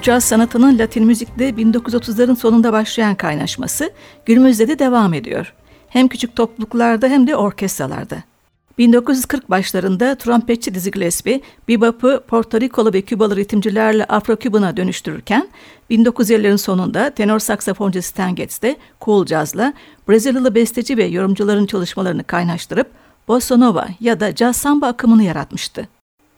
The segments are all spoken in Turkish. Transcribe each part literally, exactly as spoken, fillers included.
caz sanatının Latin müzikle bin dokuz yüz otuzların sonunda başlayan kaynaşması günümüzde de devam ediyor. Hem küçük topluluklarda hem de orkestralarda. bin dokuz yüz kırk başlarında trompetçi Dizzy Gillespie, bebop'u Porto Rikolu ve Kübalı ritimcilerle Afro-Cuban'a dönüştürürken, bin dokuz yüz ellilerin sonunda tenor saksafoncu Stan Getz de cool cazla Brezilyalı besteci ve yorumcuların çalışmalarını kaynaştırıp bossa nova ya da caz samba akımını yaratmıştı.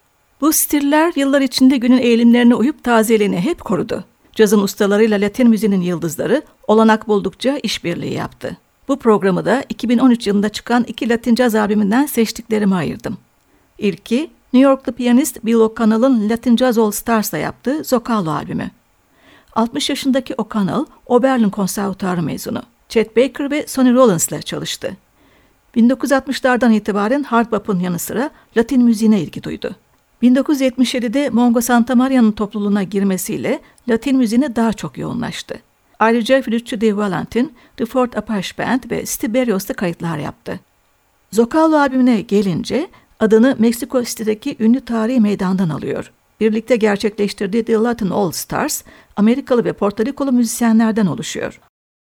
Bu stiller yıllar içinde günün eğilimlerine uyup tazeliğini hep korudu. Cazın ustalarıyla Latin müziğinin yıldızları olanak buldukça işbirliği yaptı. Bu programı da iki bin on üç yılında çıkan iki Latin caz albümünden seçtiklerimi ayırdım. İlki, New Yorklu piyanist Bill O'Connell'ın Latin Jazz All Stars'la yaptığı Zocalo albümü. altmış yaşındaki O'Connell, Oberlin Konservatuarı mezunu. Chet Baker ve Sonny Rollins'la çalıştı. bin dokuz yüz altmışlardan itibaren hard bop'un yanı sıra Latin müziğine ilgi duydu. bin dokuz yüz yetmiş yedide Mongo Santamaria'nın topluluğuna girmesiyle Latin müziğine daha çok yoğunlaştı. Ayrıca flütçü Dave Valentin, The Fort Apache Band ve Steve Berrios'ta kayıtlar yaptı. Zocalo albümüne gelince adını Meksiko City'deki ünlü tarihi meydandan alıyor. Birlikte gerçekleştirdiği The Latin All Stars, Amerikalı ve Porto Rikolu müzisyenlerden oluşuyor.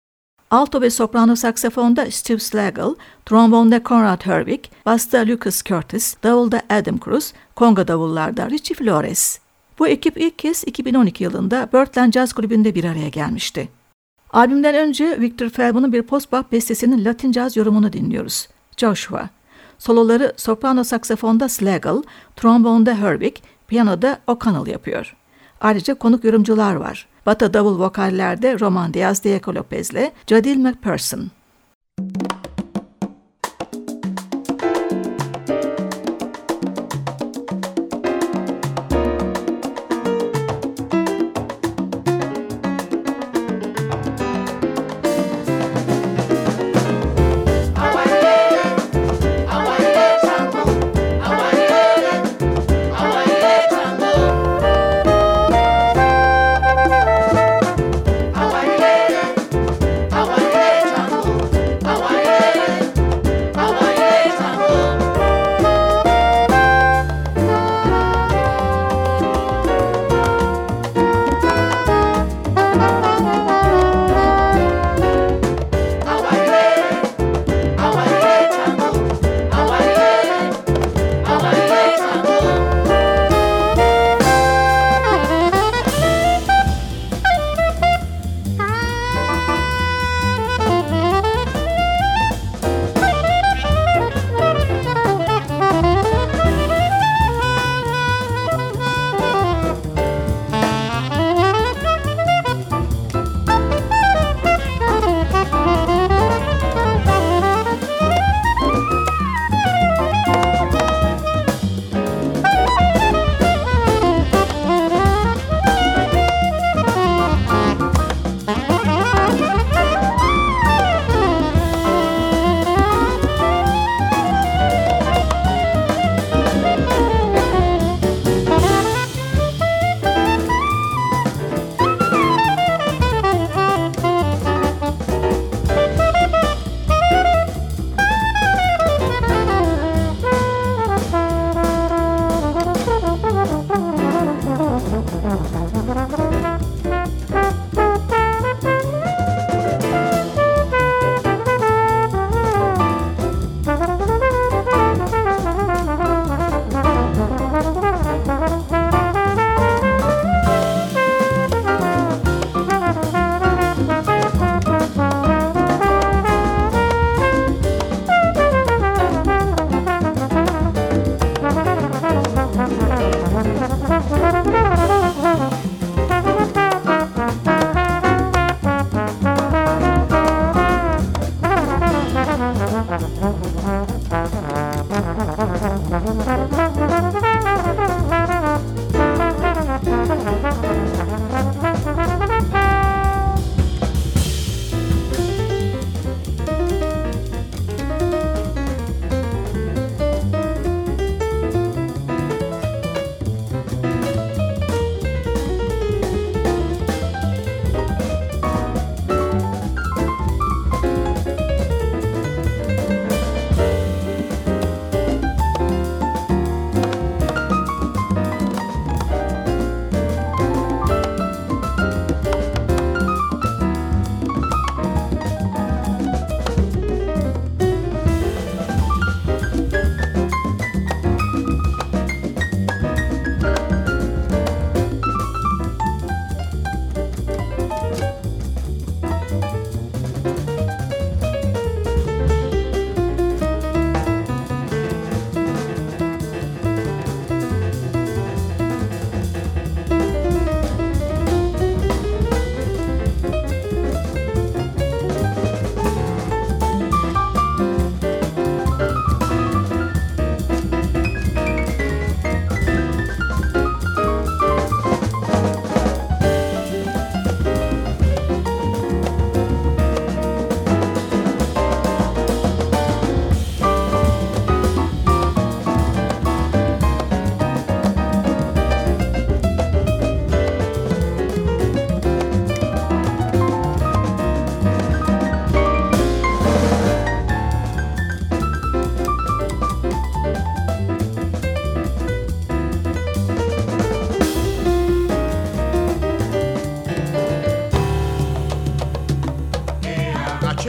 Alto ve soprano saksafonda Steve Slagle, trombonda Conrad Herwig, basta Lucas Curtis, davulda Adam Cruz, konga davullarda Richie Flores. Bu ekip ilk kez iki bin on iki yılında Birdland Jazz Kulübü'nde bir araya gelmişti. Albümden önce Victor Feldman'ın bir post-bop bestesinin Latin caz yorumunu dinliyoruz. Joshua. Soloları soprano saksafonda Slagle, trombonda Herwig, piyanoda O'Connell yapıyor. Ayrıca konuk yorumcular var. Bata davul vokallerde Roman Diaz Diego Lopez'le Jadil McPherson. Away,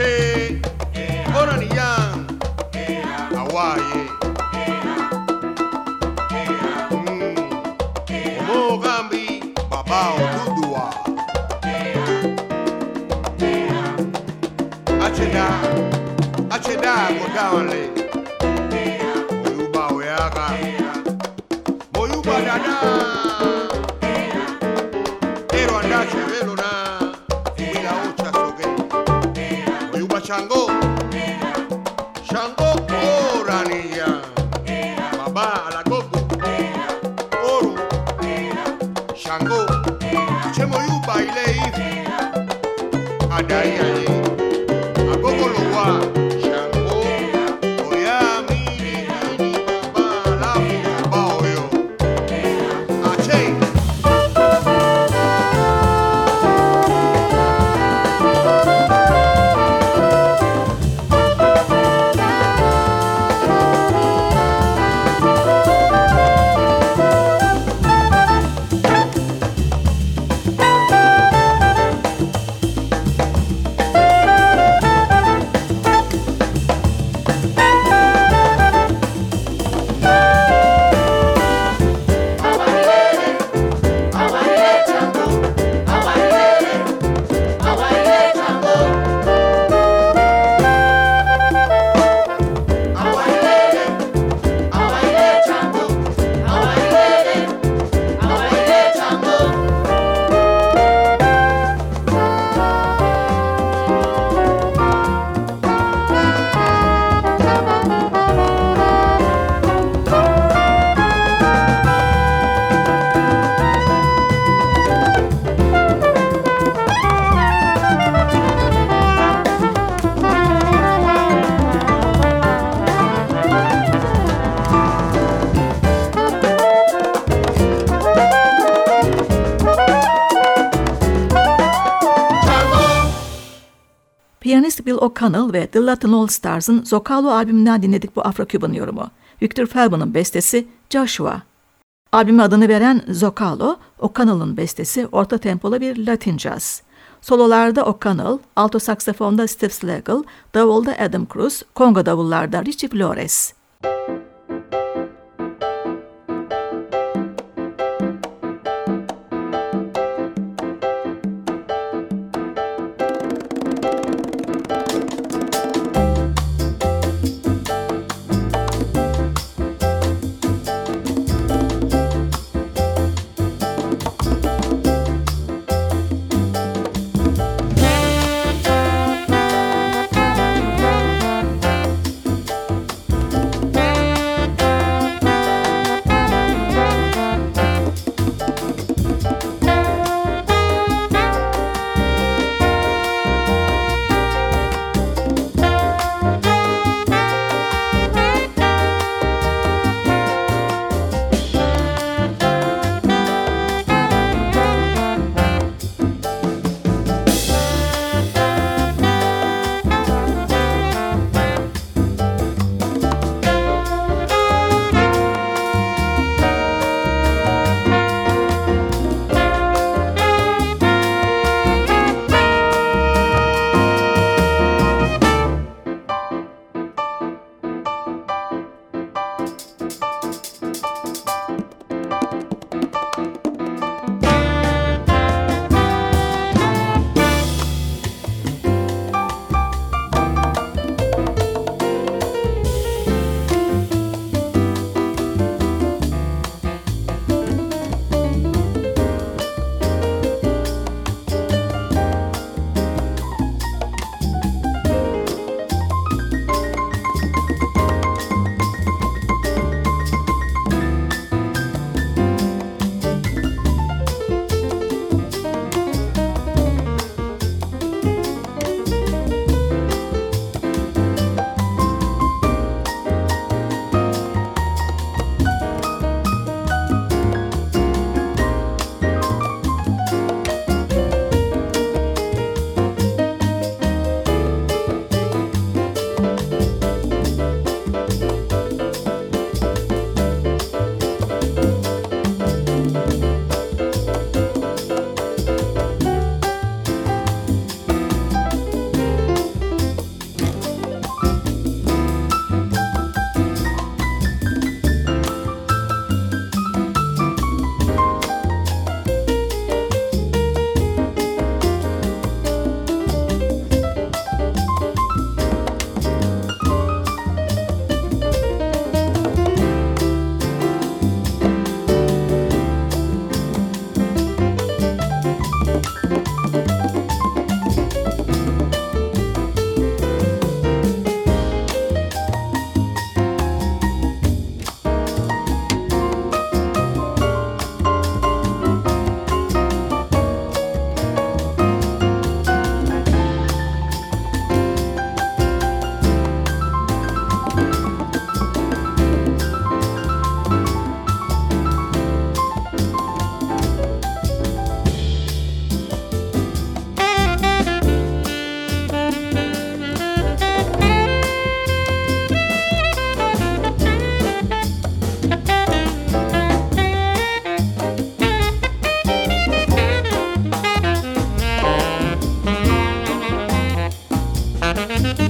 Shango, Shango, Orania, Baba, Alagogo, Oro, Shango, Chemoyu baile, Adaya, Agogo Loa, Shango, Oya, Mini, Mini, Baba, Lafi, Baoyo, Ache. Piyanist Bill O'Connell ve The Latin All Stars'ın Zocalo albümünden dinledik bu Afro-Cuban yorumu. Victor Feldman'ın bestesi Joshua. Albüme adını veren Zocalo, O'Connell'ın bestesi orta tempolu bir Latin jazz. Sololarda O'Connell, alto saksafonda Steve Slagle, davulda Adam Cruz, kongo davullarda Richie Flores.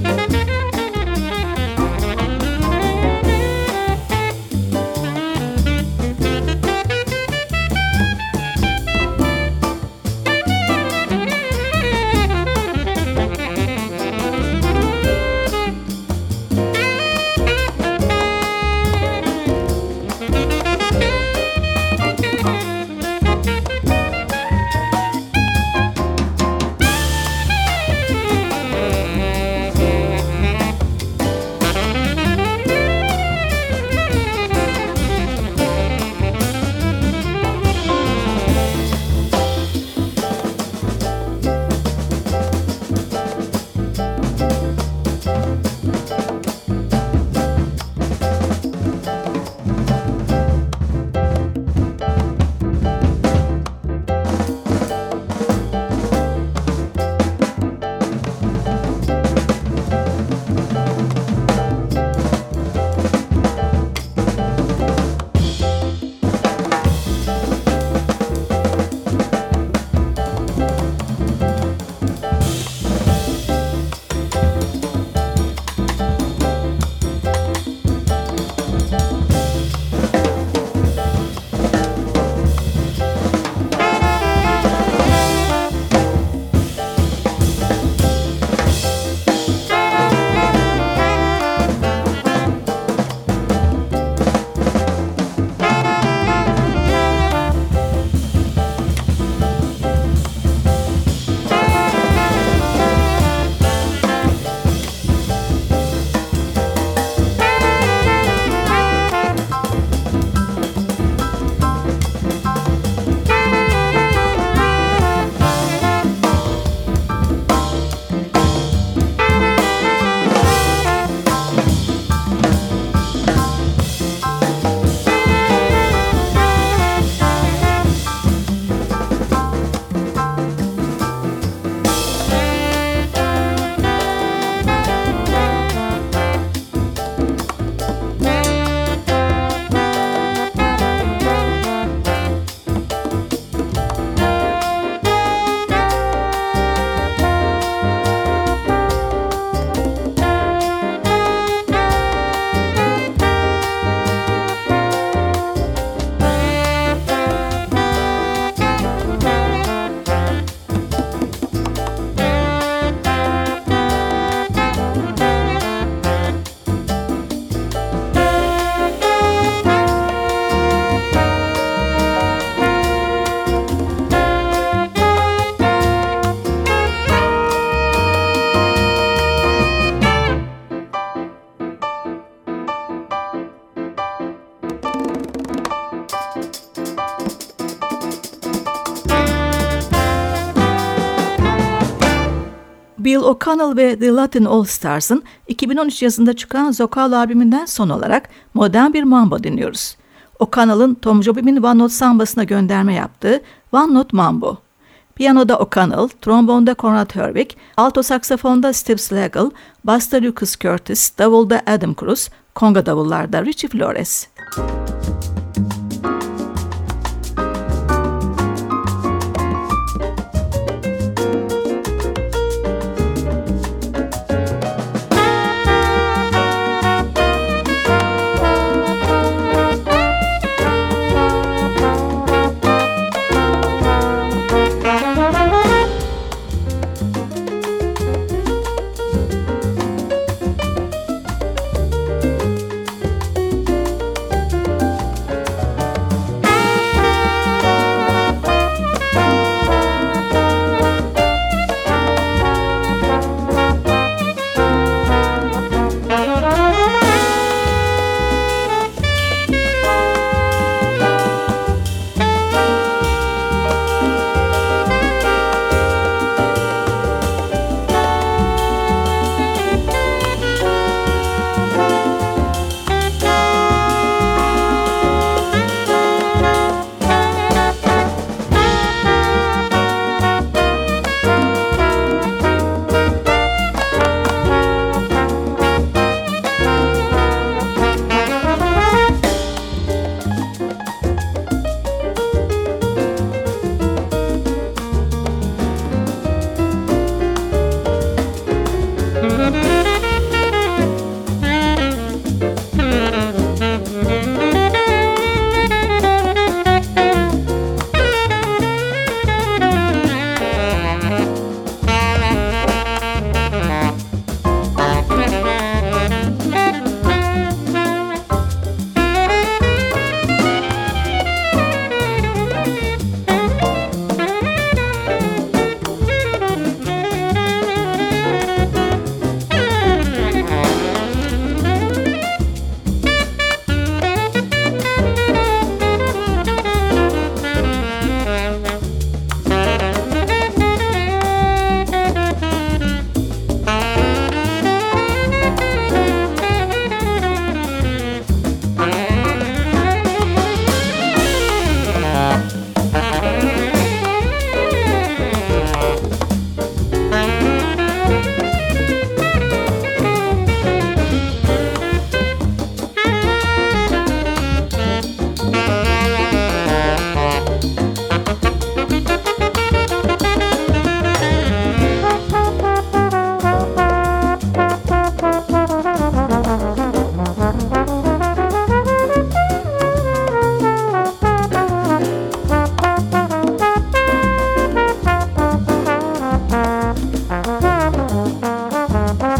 Bill O'Connell ve The Latin All Stars'ın iki bin on üç yazında çıkan Zocalo albümünden son olarak modern bir mambo dinliyoruz. O'Connell'ın Tom Jobim'in One Note Sambası'na gönderme yaptığı One Note Mambo. Piyanoda O'Connell, trombonda Conrad Hurwig, alto saksafonda Steve Slagle, basta Lucas Curtis, davulda Adam Cruz, konga davullarda Richie Flores.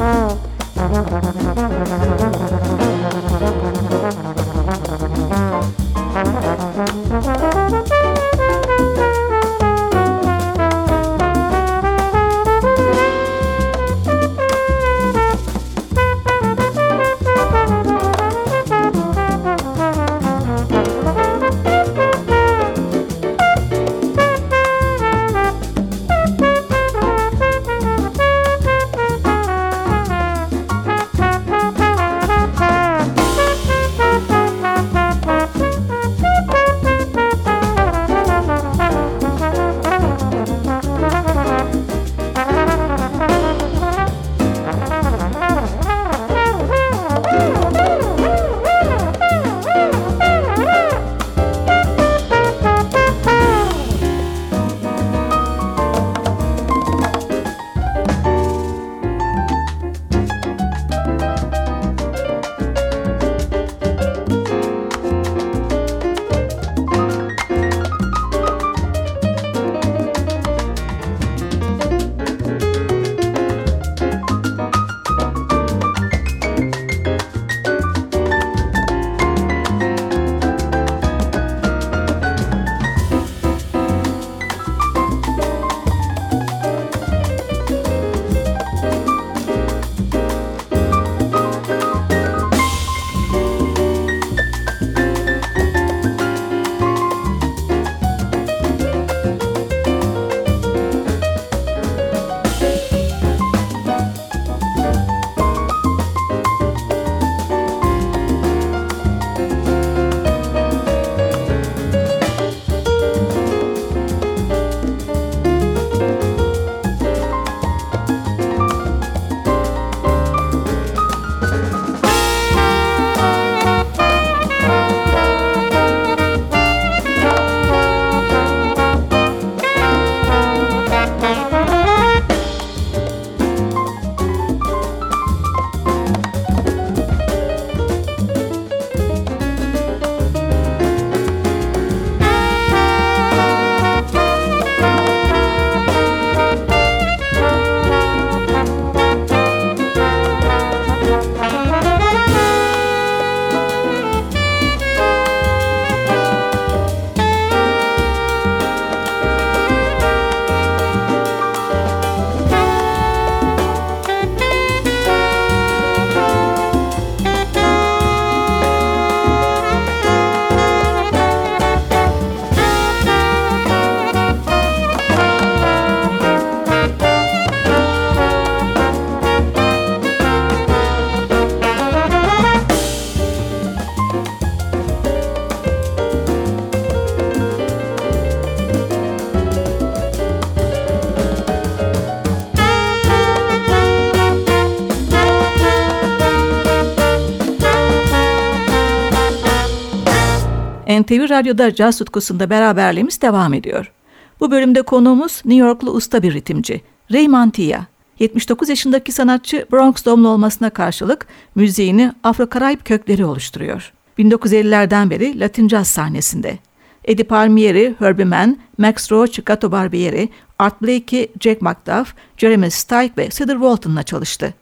N T V Radyo'da caz tutkusunda beraberliğimiz devam ediyor. Bu bölümde konuğumuz New Yorklu usta bir ritimci Ray Mantilla. yetmiş dokuz yaşındaki sanatçı Bronx doğumlu olmasına karşılık müziğini Afro-Karayip kökleri oluşturuyor. bin dokuz yüz ellilerden beri Latin caz sahnesinde. Eddie Palmieri, Herbie Mann, Max Roach, Gato Barbieri, Art Blakey, Jack McDuff, Jeremy Steig ve Cedar Walton'la çalıştı.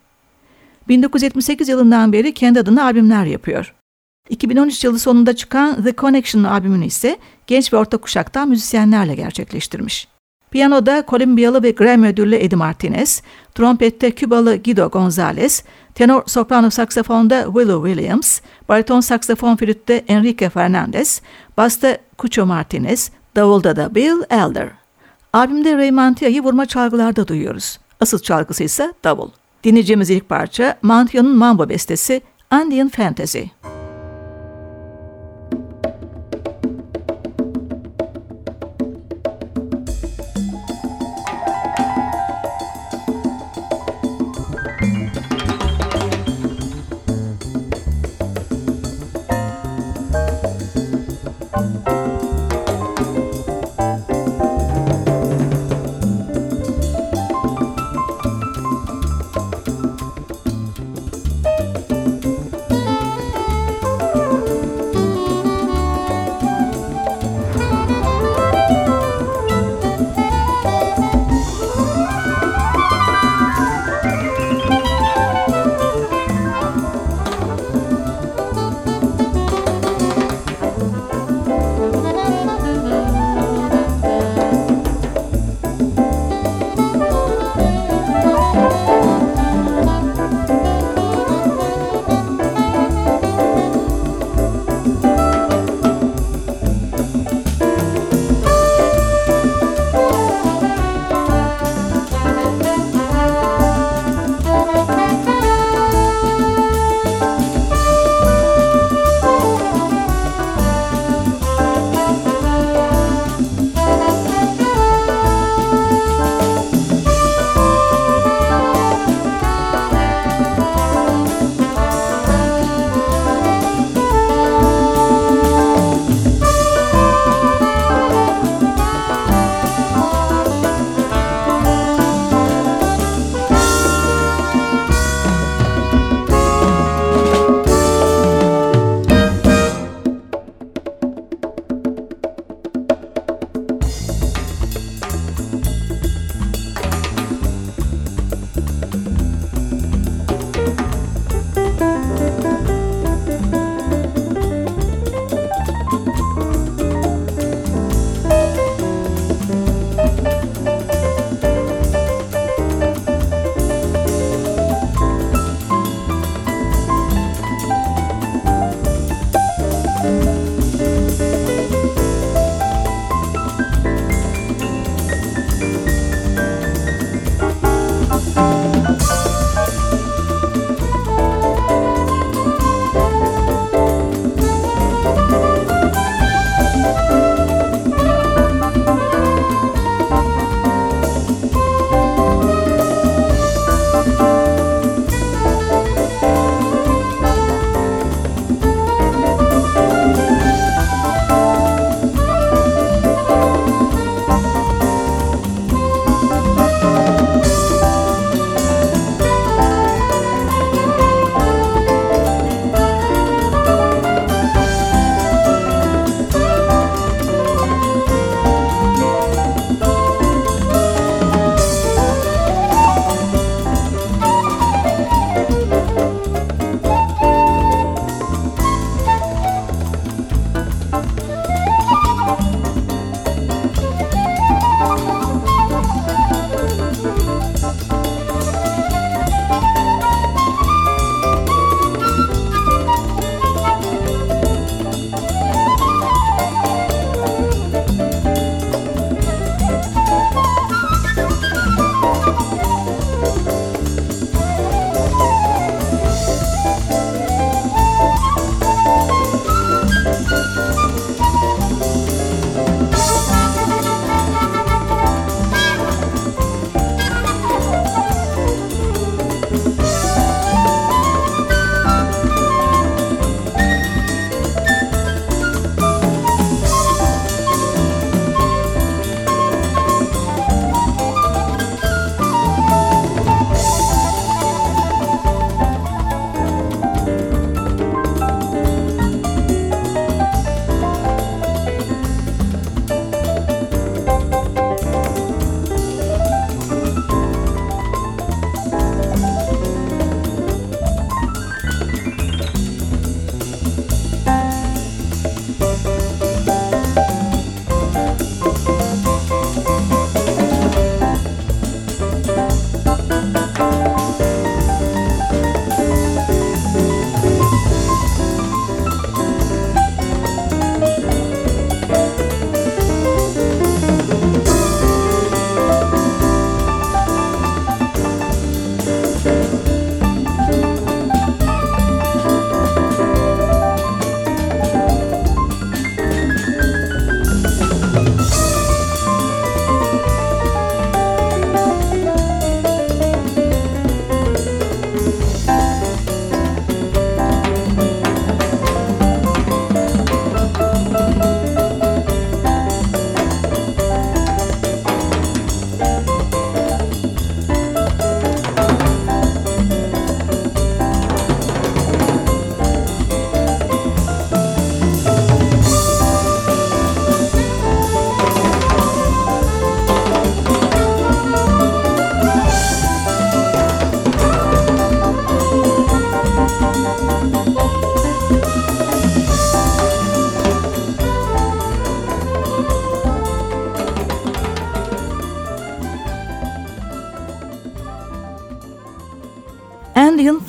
bin dokuz yüz yetmiş sekiz yılından beri kendi adına albümler yapıyor. iki bin on üç yılı sonunda çıkan The Connection albümünü ise genç ve orta kuşaktan müzisyenlerle gerçekleştirmiş. Piyanoda Kolombiyalı ve Grammy ödüllü Eddie Martinez, trompette Kübalı Guido Gonzalez, tenor soprano saksafonda Willow Williams, bariton saksafon flütte Enrique Fernandez, basta Cucho Martinez, davulda da Bill Elder. Albümde Ray Mantilla'yı vurma çalgılarda duyuyoruz. Asıl çalgısı ise davul. Dinleyeceğimiz ilk parça Mantilla'nın mambo bestesi Andean Fantasy.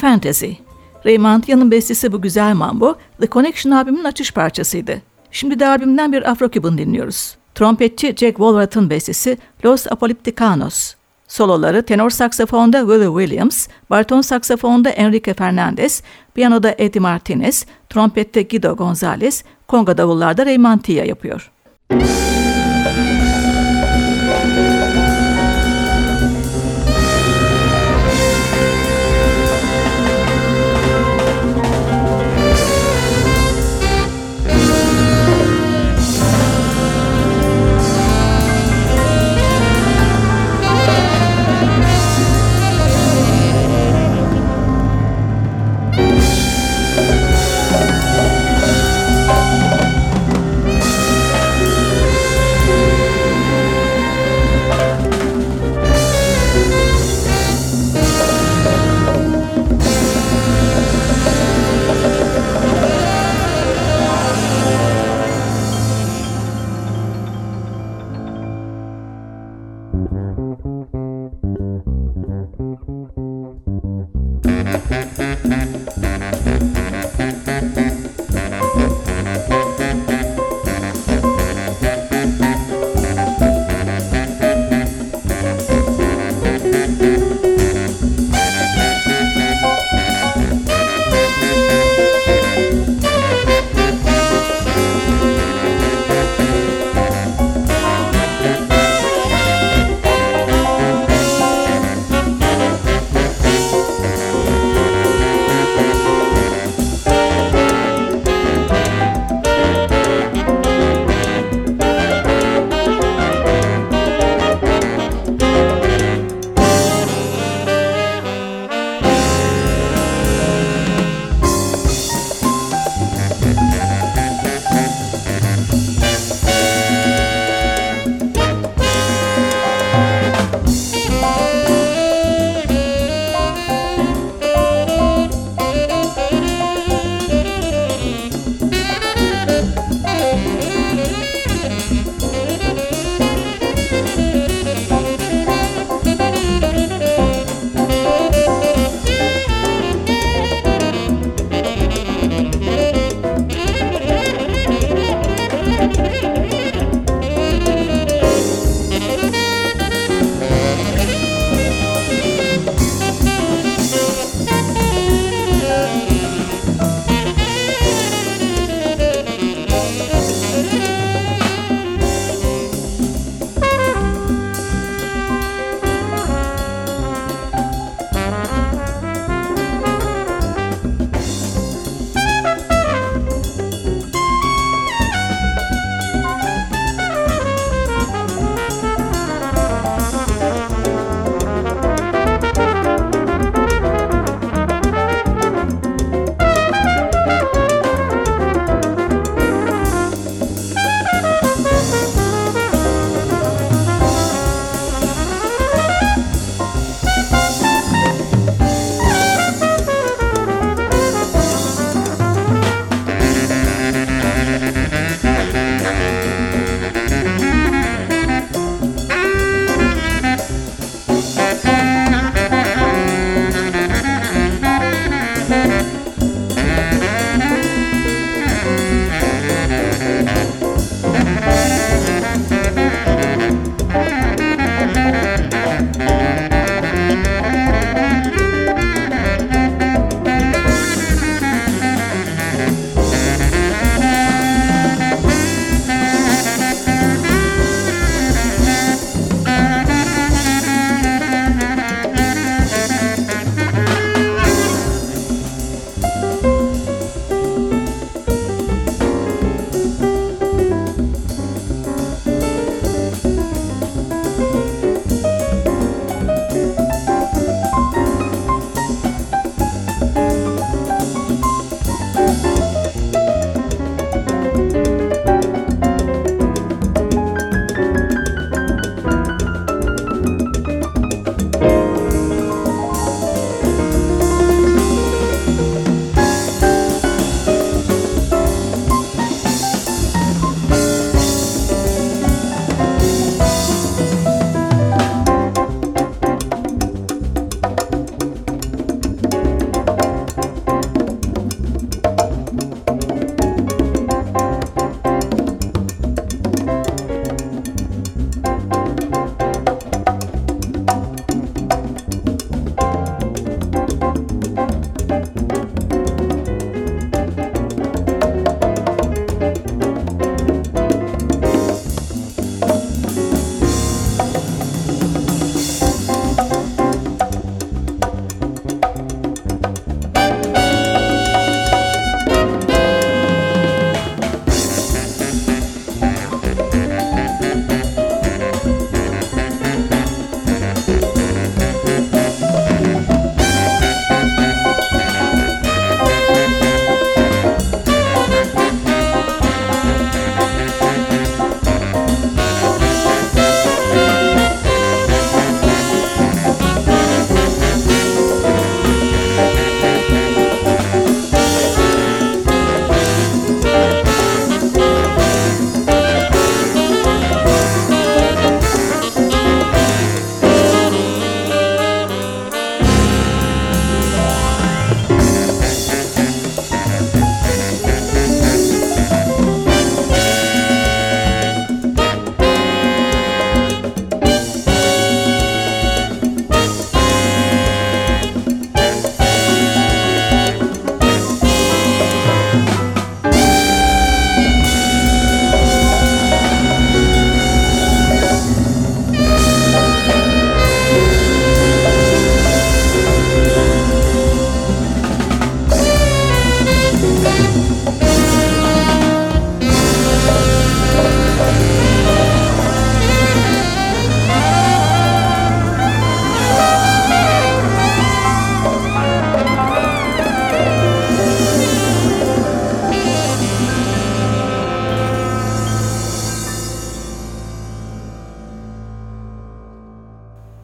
Fantasy. Ray Mantia'nın bestesi bu güzel mambo, The Connection albümünün açış parçasıydı. Şimdi de albümden bir Afro-Cuban dinliyoruz. Trompetçi Jack Wolrath'ın bestesi Los Apolypticanos. Soloları tenor saksafonda Willie Williams, bariton saksafonda Enrique Fernandez, piyanoda Eddie Martinez, trompette Guido Gonzalez, konga davullarda Ray Mantia yapıyor.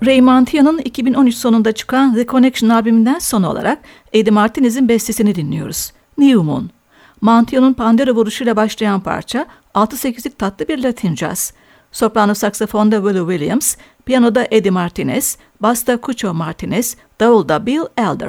Ray Mantia'nın iki bin on üç sonunda çıkan The Connection albümünden son olarak Eddie Martinez'in bestesini dinliyoruz. New Moon. Mantia'nın pandero vuruşuyla başlayan parça altı sekizlik tatlı bir Latin jazz. Soprano saksafonda Willie Williams, piyanoda Eddie Martinez, basta Cucho Martinez, davulda Bill Elder.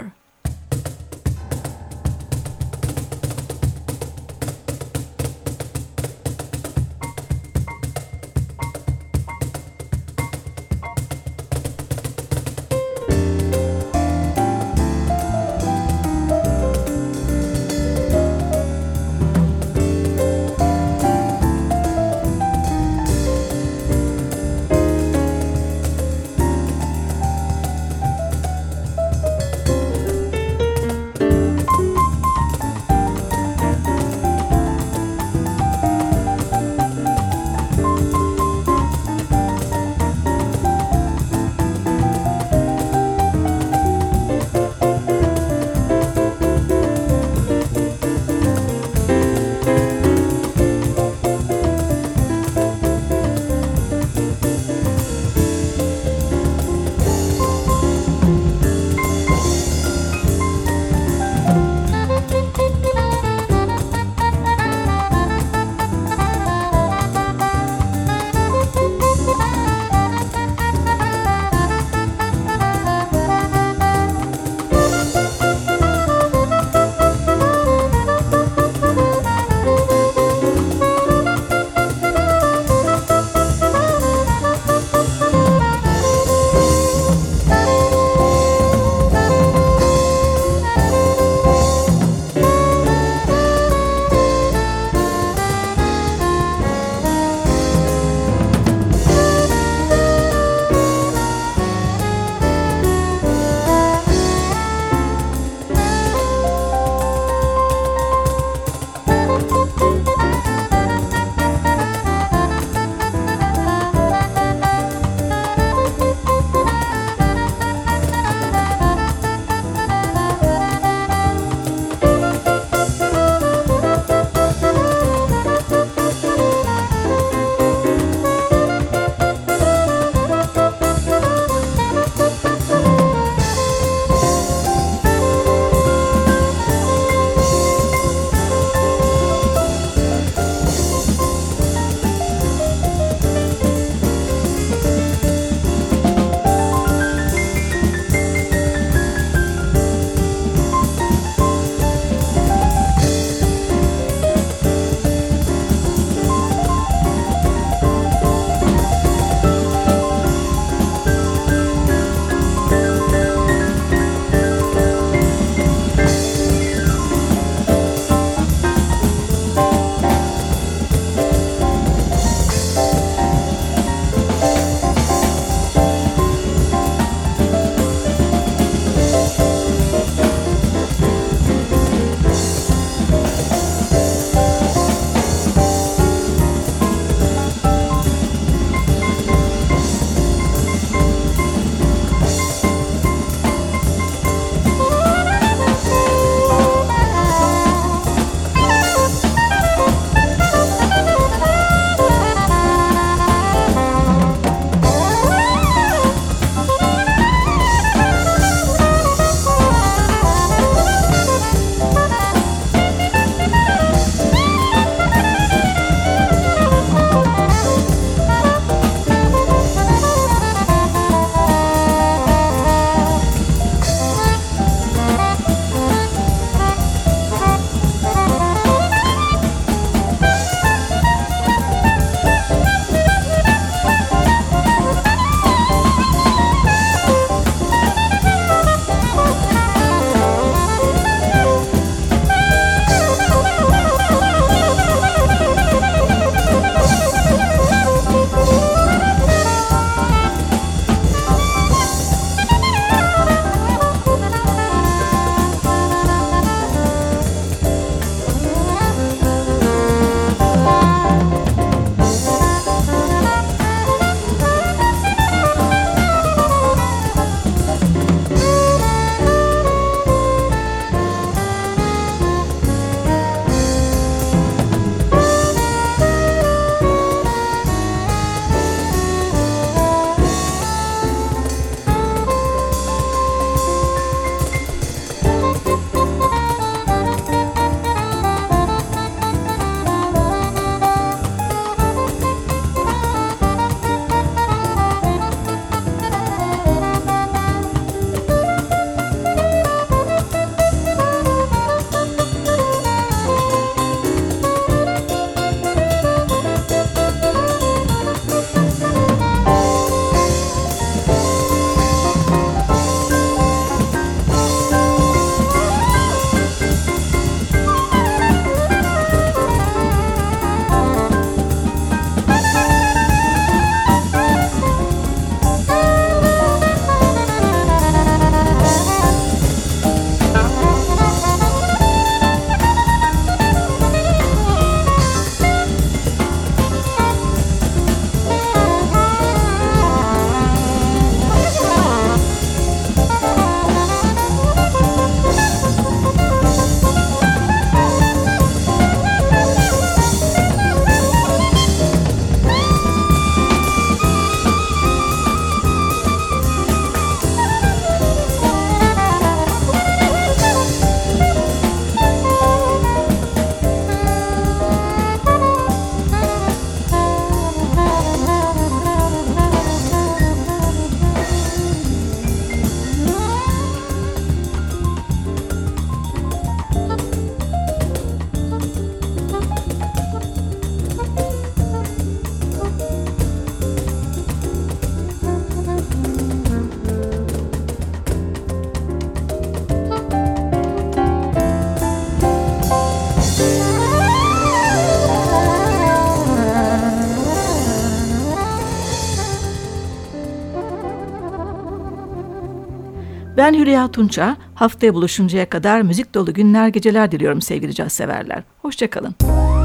Ben Hülya Tunça. Haftaya buluşuncaya kadar müzik dolu günler, geceler diliyorum sevgili caz severler. Hoşça kalın.